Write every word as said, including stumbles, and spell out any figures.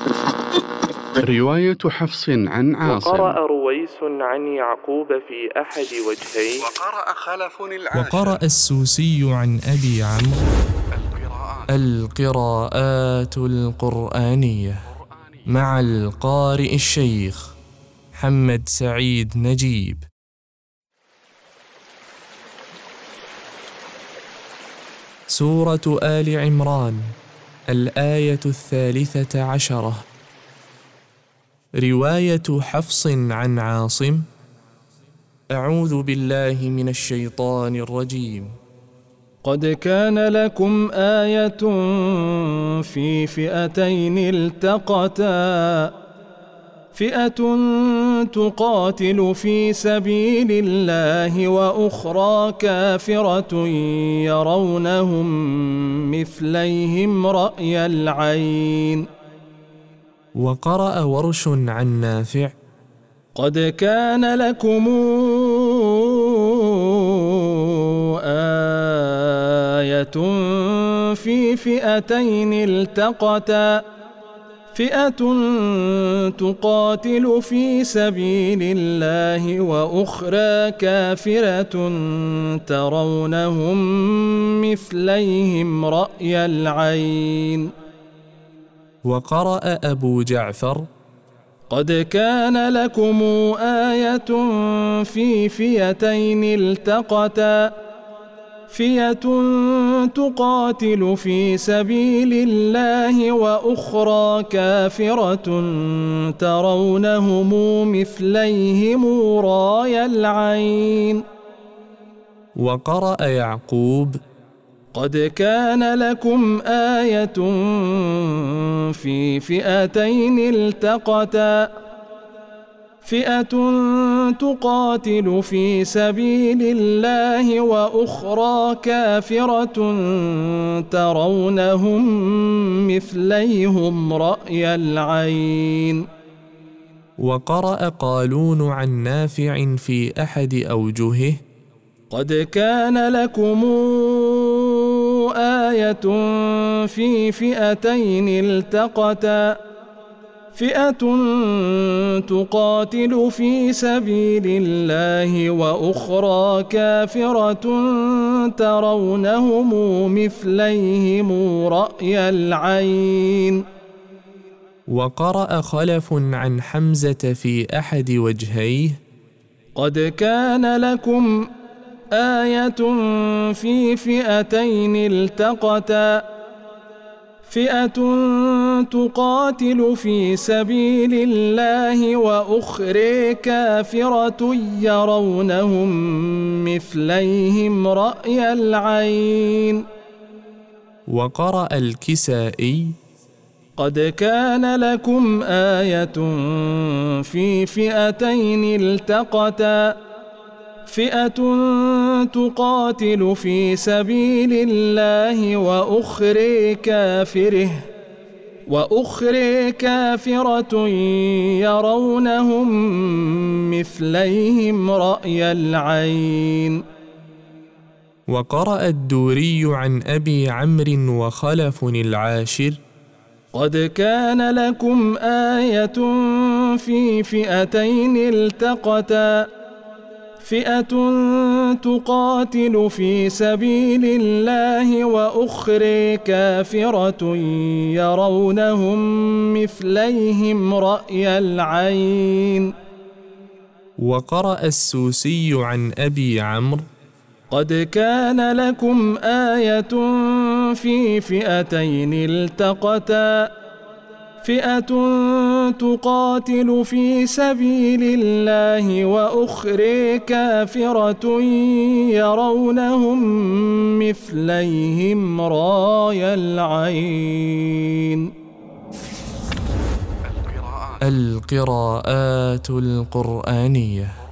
رواية حفص عن عاصم. وقرأ رويس عن يعقوب في أحد وجهين. وقرأ خلف العاشر. وقرأ السوسي عن أبي عمرو. القراءات القرآنية مع القارئ الشيخ محمد سعيد نجيب. سورة آل عمران، الآية الثالثة عشرة. رواية حفص عن عاصم. أعوذ بالله من الشيطان الرجيم. قد كان لكم آية في فئتين التقتا، فئة تقاتل في سبيل الله وأخرى كافرة يرونهم مثليهم رأي العين. وقرأ ورش عن نافع. قد كان لكم آية في فئتين التقتا، فئة تقاتل في سبيل الله وأخرى كافرة ترونهم مثليهم رأي العين. وقرأ أبو جعفر. قد كان لكم آية في فئتين التقتا، فئة تقاتل في سبيل الله وأخرى كافرة ترونهم مثليهم رأي العين. وقرأ يعقوب. قد كان لكم آية في فئتين التقتا، فئة تقاتل في سبيل الله وأخرى كافرة ترونهم مثليهم رأي العين. وقرأ قالون عن نافع في أحد أوجهه. قد كان لكم آية في فئتين التقتا، فئة تقاتل في سبيل الله وأخرى كافرة ترونهم مثليهم رأي العين. وقرأ خلف عن حمزة في أحد وجهيه. قد كان لكم آية في فئتين التقتا، فئة تقاتل في سبيل الله وأخرى كافرة يرونهم مثليهم رأي العين. وقرأ الكسائي. قد كان لكم آية في فئتين التقتا، فئة تقاتل في سبيل الله وأخرى كافرة وأخرى كافرة يرونهم مثليهم رأي العين. وقرأ الدوري عن أبي عمرو وخلف العاشر. قد كان لكم آية في فئتين التقتا، فئة تقاتل في سبيل الله وأخرى كافرة يرونهم مثليهم رأي العين. وقرأ السوسي عن أبي عمرو. قد كان لكم آية في فئتين التقتا، فئة تقاتل في سبيل الله وأخرى كافرة يرونهم مثليهم رأي العين. القراءات القرآنية